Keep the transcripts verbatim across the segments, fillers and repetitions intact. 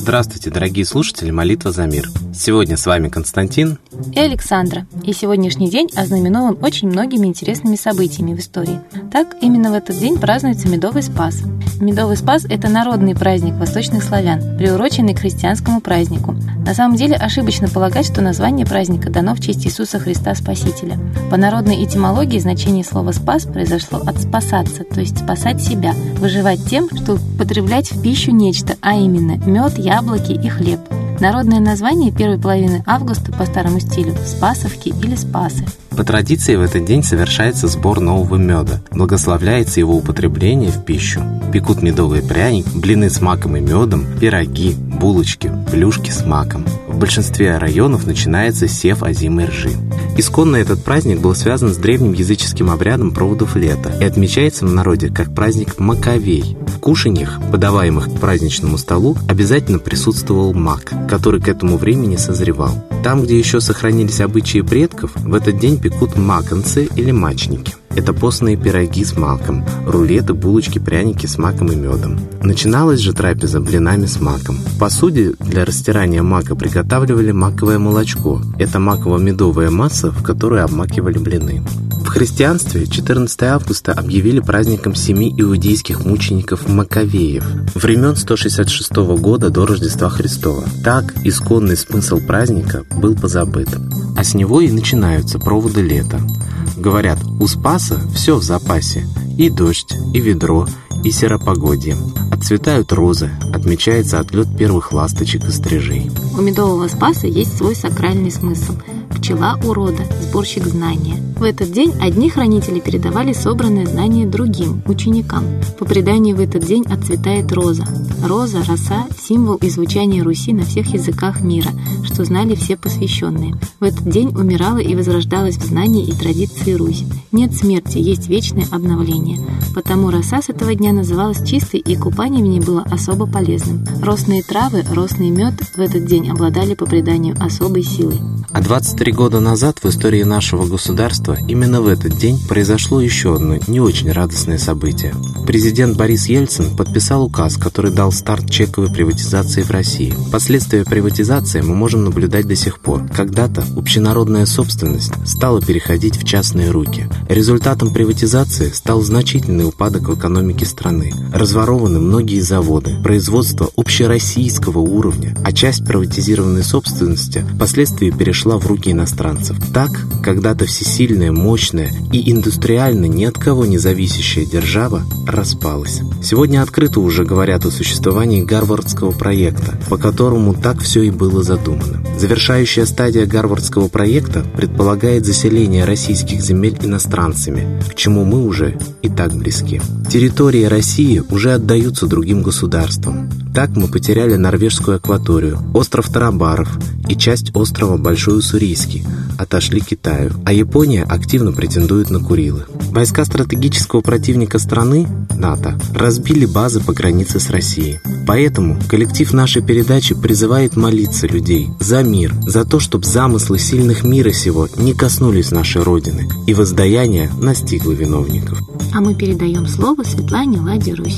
Здравствуйте, дорогие слушатели «Молитва за мир». Сегодня с вами Константин и Александра. И сегодняшний день ознаменован очень многими интересными событиями в истории. Так, именно в этот день празднуется Медовый Спас. Медовый Спас – это народный праздник восточных славян, приуроченный к христианскому празднику. На самом деле ошибочно полагать, что название праздника дано в честь Иисуса Христа Спасителя. По народной этимологии значение слова «спас» произошло от «спасаться», то есть спасать себя, выживать тем, чтобы употреблять в пищу нечто, а именно мед, яблоки и хлеб. Народное название первой половины августа по старому стилю – Спасовки или Спасы. По традиции в этот день совершается сбор нового меда, благословляется его употребление в пищу. Пекут медовый пряник, блины с маком и медом, пироги, булочки, плюшки с маком. В большинстве районов начинается сев озимой ржи. Исконно этот праздник был связан с древним языческим обрядом проводов лета и отмечается в народе как праздник Маковей. В кушаньях, подаваемых к праздничному столу, обязательно присутствовал мак, который к этому времени созревал. Там, где еще сохранились обычаи предков, в этот день пекут маконцы или мачники. Это постные пироги с маком, рулеты, булочки, пряники с маком и медом. Начиналась же трапеза блинами с маком. В посуде для растирания мака приготавливали маковое молочко. Это маково-медовая масса, в которую обмакивали блины. В христианстве четырнадцатого августа объявили праздником семи иудейских мучеников Маковеев времен сто шестьдесят шестого года до Рождества Христова. Так исконный смысл праздника был позабыт. А с него и начинаются проводы лета. Говорят, у Спаса все в запасе. И дождь, и ведро, и серопогодье. Отцветают розы, отмечается отлет первых ласточек и стрижей. У Медового Спаса есть свой сакральный смысл. Пчела у рода, сборщик знания. В этот день одни хранители передавали собранные знания другим, ученикам. По преданию, в этот день отцветает роза. Роза, роса – символ и звучания Руси на всех языках мира, что знали все посвященные. В этот день умирала и возрождалась в знании и традиции Русь. Нет смерти, есть вечное обновление. Потому роса с этого дня называлась чистой, и купание в ней было особо полезным. Росные травы, росный мед в этот день обладали по преданию особой силой. А двадцать три года назад в истории нашего государства именно в этот день произошло еще одно не очень радостное событие. Президент Борис Ельцин подписал указ, который дал старт чековой приватизации в России. Последствия приватизации мы можем наблюдать до сих пор. Когда-то общенародная собственность стала переходить в частные руки. Результатом приватизации стал значительный упадок в экономике страны. Разворованы многие заводы, производство общероссийского уровня, а часть приватизированной собственности впоследствии перешла в руки иностранцев. Так, когда-то всесильная, мощная и индустриально ни от кого не зависящая держава распалась. Сегодня открыто уже говорят о существовании Гарвардского проекта, по которому так все и было задумано. Завершающая стадия Гарвардского проекта предполагает заселение российских земель иностранцами, к чему мы уже и так близки. Территории России уже отдаются другим государствам. Так мы потеряли норвежскую акваторию, остров Тарабаров и часть острова Большой Уссурийский отошли Китаю, а Япония активно претендует на Курилы. Войска стратегического противника страны, НАТО, разбили базы по границе с Россией. Поэтому коллектив нашей передачи призывает молиться людей за мир, за то, чтобы замыслы сильных мира сего не коснулись нашей Родины, и воздаяние настигло виновников. А мы передаем слово Светлане Ладе Русь.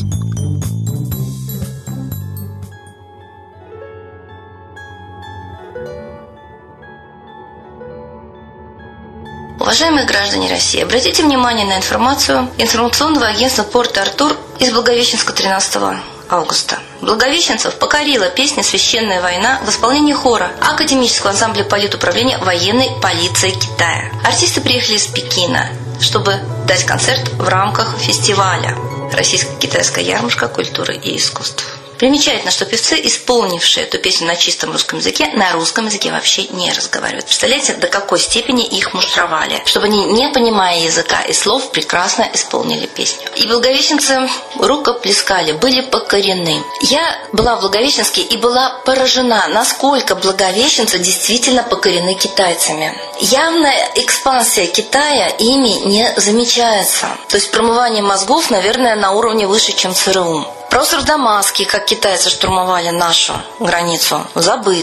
Уважаемые граждане России, обратите внимание на информацию информационного агентства «Порт-Артур» из Благовещенска тринадцатого августа. Благовещенцев покорила песня «Священная война» в исполнении хора Академического ансамбля политуправления военной полиции Китая. Артисты приехали из Пекина, чтобы дать концерт в рамках фестиваля «Российско-китайская ярмарка культуры и искусств». Примечательно, что певцы, исполнившие эту песню на чистом русском языке, на русском языке вообще не разговаривают. Представляете, до какой степени их муштровали, чтобы они, не понимая языка и слов, прекрасно исполнили песню. И благовещенцы рукоплескали, были покорены. Я была в Благовещенске и была поражена, насколько благовещенцы действительно покорены китайцами. Явная экспансия Китая ими не замечается. То есть промывание мозгов, наверное, на уровне выше, чем ЦРУ. Про Сардамасский, как китайцы штурмовали нашу границу, забыто.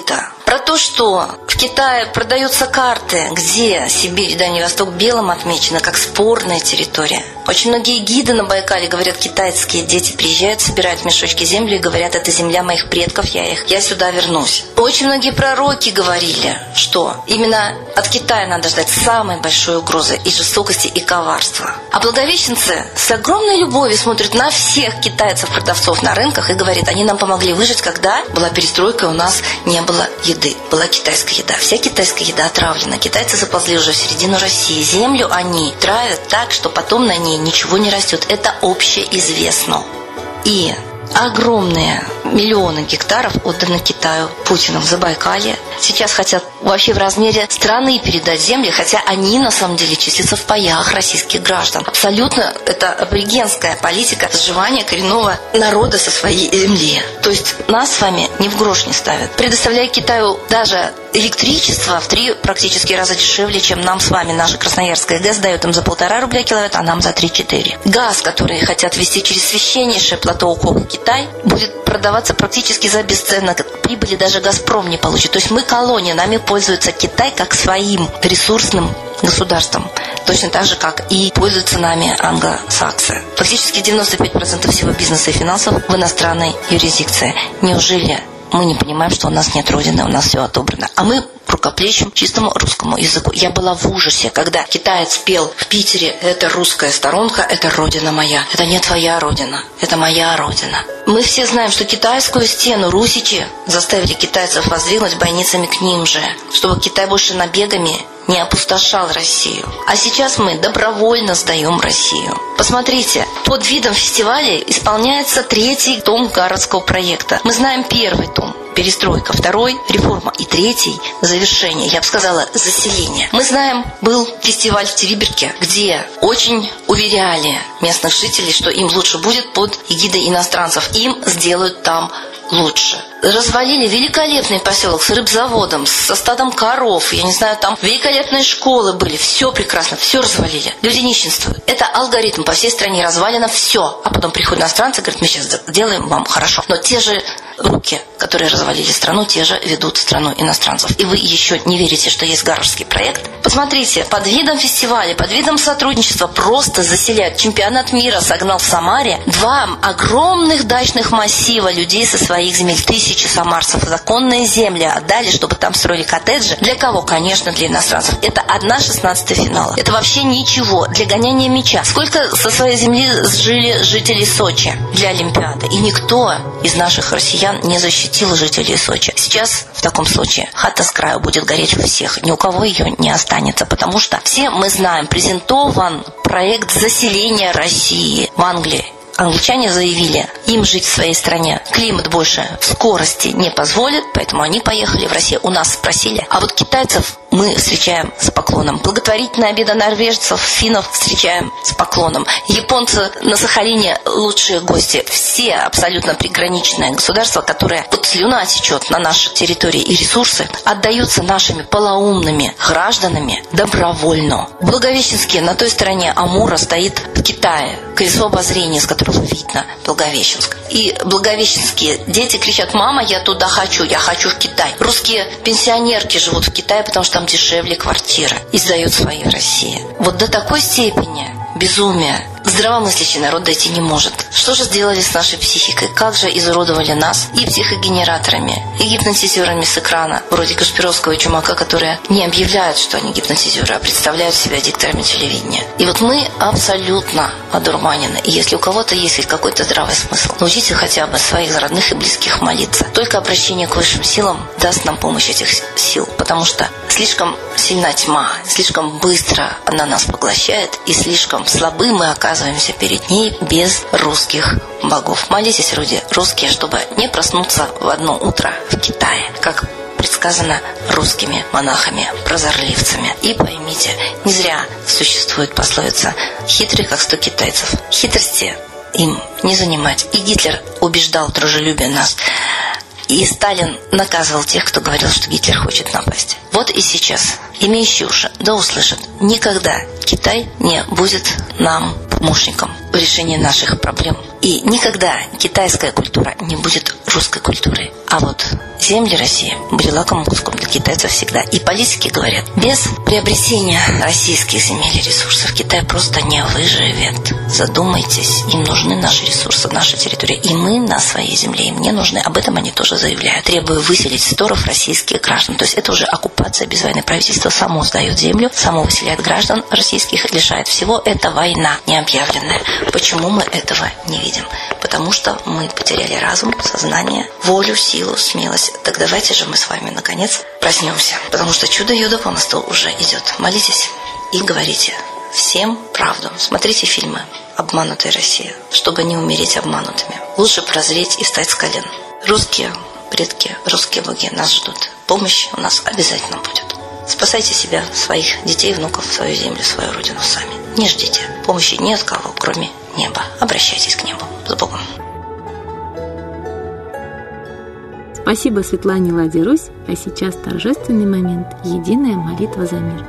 Про то, что в Китае продаются карты, где Сибирь и Дальний Восток белым отмечены как спорная территория. Очень многие гиды на Байкале говорят, китайские дети приезжают, собирают мешочки земли и говорят, это земля моих предков, я их, я сюда вернусь. Очень многие пророки говорили, что именно от Китая надо ждать самой большой угрозы и жестокости, и коварства. А благовещенцы с огромной любовью смотрят на всех китайцев-продавцов на рынках и говорят, они нам помогли выжить, когда была перестройка, у нас не было еды, была китайская еда. Вся китайская еда отравлена. Китайцы заползли уже в середину России. Землю они травят так, что потом на ней ничего не растет. Это общеизвестно. И огромные миллионы гектаров отданы Китаю Путиным в Забайкалье. Сейчас хотят вообще в размере страны передать земли, хотя они на самом деле числятся в паях российских граждан. Абсолютно это аборигенская политика сживания коренного народа со своей земли. То есть нас с вами ни в грош не ставят. Предоставляя Китаю даже электричество в три практически раза дешевле, чем нам с вами. Наша Красноярская ГЭС дает им за полтора рубля киловатт, а нам за три-четыре. Газ, который хотят везти через священнейшее плато Укока Китай, будет продаваться практически за бесценок. Прибыли даже «Газпром» не получит. То есть мы колония, нами пользуется Китай как своим ресурсным государством. Точно так же, как и пользуются нами англосаксы. Фактически девяносто пять процентов всего бизнеса и финансов в иностранной юрисдикции. Неужели мы не понимаем, что у нас нет родины, у нас все отобрано? А мы рукоплещем чистому русскому языку. Я была в ужасе, когда китаец пел в Питере: это русская сторонка, это родина моя. Это не твоя родина, это моя родина. Мы все знаем, что китайскую стену русичи заставили китайцев воздвигнуть бойницами к ним же, чтобы Китай больше набегами не опустошал Россию. А сейчас мы добровольно сдаем Россию. Посмотрите, под видом фестиваля исполняется третий том городского проекта. Мы знаем первый том — перестройка, второй — реформа, и третий — завершение, я бы сказала, заселение. Мы знаем, был фестиваль в Териберке, где очень уверяли местных жителей, что им лучше будет под эгидой иностранцев, им сделают там лучше. Развалили великолепный поселок с рыбзаводом, со стадом коров, я не знаю, там великолепные школы были, все прекрасно, все развалили. Люди нищенствуют. Это алгоритм, по всей стране развалено все. А потом приходят иностранцы и говорят, мы сейчас сделаем вам хорошо. Но те же руки, которые развалили страну, те же ведут страну иностранцев. И вы еще не верите, что есть гарвардский проект? Посмотрите, под видом фестиваля, под видом сотрудничества просто заселяют. Чемпионат мира согнал в Самаре два огромных дачных массива людей со своих земель. Тысячи самарцев законные земли отдали, чтобы там строили коттеджи. Для кого? Конечно, для иностранцев. Это одна шестнадцатая финала. Это вообще ничего. Для гоняния мяча. Сколько со своей земли сжили жители Сочи для Олимпиады? И никто из наших россиян не защитил жителей Сочи. Сейчас в таком случае хата с краю будет гореть у всех. Ни у кого ее не останется, потому что все мы знаем, презентован проект заселения России в Англии. Англичане заявили, им жить в своей стране климат больше скорости не позволит, поэтому они поехали в Россию. У нас спросили. А вот китайцев мы встречаем с поклоном. Благотворительные обеды норвежцев, финнов встречаем с поклоном. Японцы на Сахалине лучшие гости. Все абсолютно приграничные государства, которые вот слюна течет на нашей территории, и ресурсы отдаются нашими полоумными гражданами добровольно. Благовещенский на той стороне Амура стоит в Китае. Колесо обозрения, с которого видно Благовещенск. И благовещенские дети кричат: мама, я туда хочу, я хочу в Китай. Русские пенсионерки живут в Китае, потому что там дешевле квартиры, и сдают свои в России. Вот до такой степени безумия здравомыслящий народ дойти не может. Что же сделали с нашей психикой? Как же изуродовали нас и психогенераторами, и гипнотизерами с экрана, вроде Кашпировского и Чумака, которые не объявляют, что они гипнотизеры, а представляют себя дикторами телевидения. И вот мы абсолютно одурманены. И если у кого-то есть хоть какой-то здравый смысл, научите хотя бы своих родных и близких молиться. Только обращение к высшим силам даст нам помощь этих сил, потому что слишком сильна тьма, слишком быстро она нас поглощает, и слишком слабы мы оказываемся перед ней без русских богов. Молитесь, люди русские, чтобы не проснуться в одно утро в Китае, как предсказано русскими монахами-прозорливцами. И поймите, не зря существует пословица «хитрый, как сто китайцев». Хитрости им не занимать. И Гитлер убеждал дружелюбие нас. И Сталин наказывал тех, кто говорил, что Гитлер хочет напасть. Вот и сейчас, имеющие уши, да услышат, никогда Китай не будет нам помощником в решении наших проблем. И никогда китайская культура не будет русской культурой. А вот Земли России были лакомым куском для китайцев всегда. И политики говорят, без приобретения российских земель и ресурсов Китай просто не выживет. Задумайтесь, им нужны наши ресурсы, наша территория. И мы на своей земле им не нужны. Об этом они тоже заявляют. Требуя выселить сторов российских граждан. То есть это уже оккупация без войны. Правительство само сдает землю, само выселяет граждан российских, лишает всего. Это война необъявленная. Почему мы этого не видим? Потому что мы потеряли разум, сознание, волю, силу, смелость. Так давайте же мы с вами наконец проснемся. Потому что чудо-юдо по мосту уже идет. Молитесь и говорите всем правду. Смотрите фильмы «Обманутая Россия», чтобы не умереть обманутыми. Лучше прозреть и встать с колен. Русские предки, русские боги нас ждут. Помощь у нас обязательно будет. Спасайте себя, своих детей, внуков, свою землю, свою родину сами. Не ждите помощи ни от кого, кроме неба. Обращайтесь к небу. С Богом. Спасибо Светлане Ладе Русь, а сейчас торжественный момент – единая молитва за мир.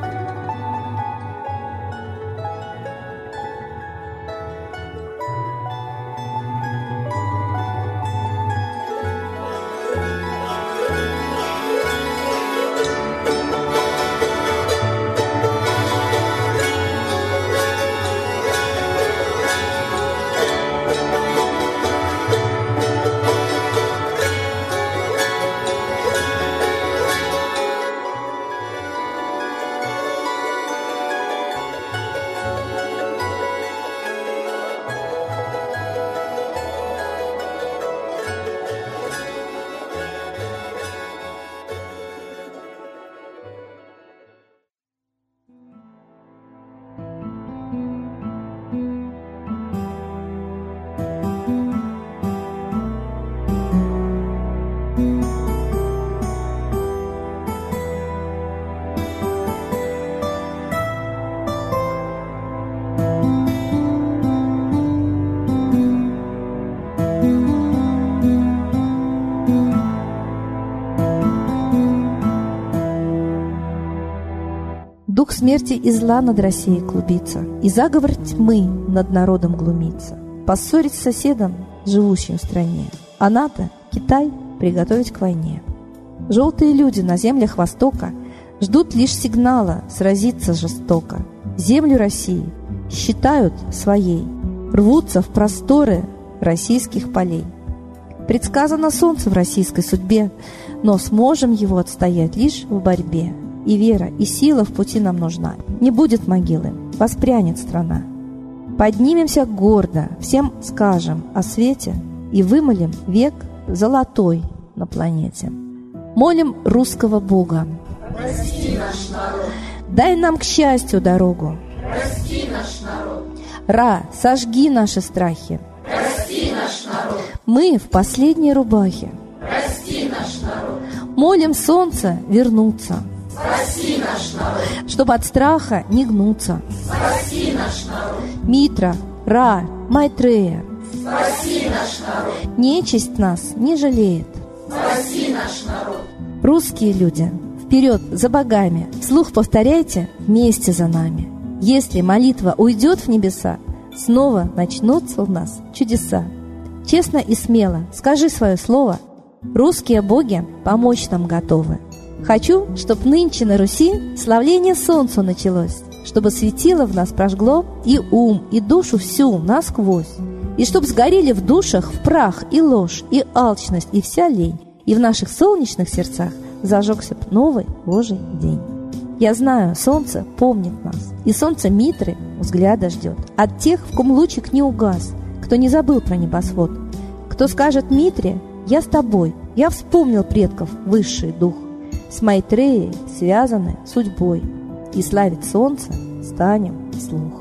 Дух смерти и зла над Россией клубится, и заговор тьмы над народом глумится. Поссорить с соседом, живущим в стране, а НАТО, Китай, приготовить к войне. Желтые люди на землях Востока ждут лишь сигнала сразиться жестоко. Землю России считают своей, рвутся в просторы российских полей. Предсказано солнце в российской судьбе, но сможем его отстоять лишь в борьбе. И вера, и сила в пути нам нужна. Не будет могилы, воспрянет страна. Поднимемся гордо, всем скажем о свете и вымолим век золотой на планете. Молим русского Бога. Прости наш народ. Дай нам к счастью дорогу. Прости наш народ. Ра, сожги наши страхи. Прости наш народ. Мы в последней рубахе. Прости наш народ. Молим солнце вернуться. Спаси наш народ. Чтоб от страха не гнуться. Спаси наш народ. Митра, Ра, Майтрея. Спаси наш народ. Нечисть нас не жалеет. Спаси наш народ. Русские люди, вперед за богами. Вслух повторяйте вместе за нами. Если молитва уйдет в небеса, снова начнутся у нас чудеса. Честно и смело скажи свое слово. Русские боги помочь нам готовы. Хочу, чтоб нынче на Руси славление солнцу началось, чтобы светило в нас прожгло и ум, и душу всю насквозь, и чтоб сгорели в душах в прах и ложь, и алчность, и вся лень, и в наших солнечных сердцах зажегся б новый Божий день. Я знаю, солнце помнит нас, и солнце Митры взгляда ждет от тех, в ком лучик не угас, кто не забыл про небосвод, кто скажет Митре: «Я с тобой, я вспомнил предков высший дух». С Майтреей связаны судьбой, и славить солнце станем вслух.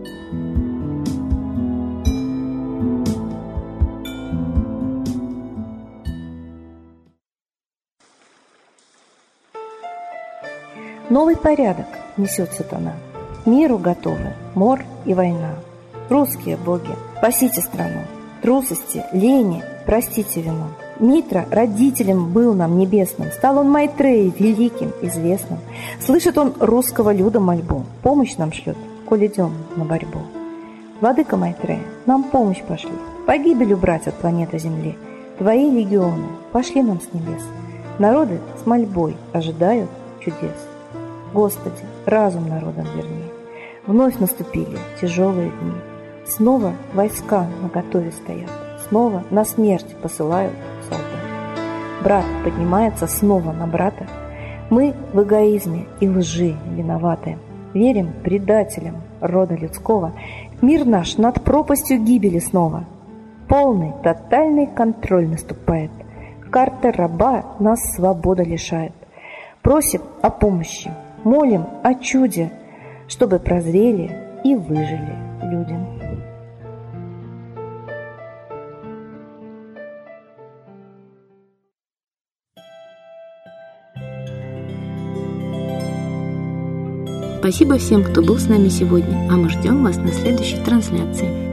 Новый порядок несет сатана. Миру готовы мор и война. Русские боги, спасите страну. Трусости, лени, простите вину. Митра родителем был нам небесным, стал он Майтреей великим, известным. Слышит он русского люда мольбу, помощь нам шлет, коль идем на борьбу. Владыка Майтрея, нам помощь пошли, погибель убрать от планеты Земли. Твои легионы пошли нам с небес. Народы с мольбой ожидают чудес. Господи, разум народам верни. Вновь наступили тяжелые дни. Снова войска наготове стоят. Снова на смерть посылают солдат. Брат поднимается снова на брата. Мы в эгоизме и лжи виноваты. Верим предателям рода людского. Мир наш над пропастью гибели снова. Полный, тотальный контроль наступает. Карта раба нас свобода лишает. Просим о помощи, молим о чуде, чтобы прозрели и выжили люди. Спасибо всем, кто был с нами сегодня, а мы ждем вас на следующей трансляции.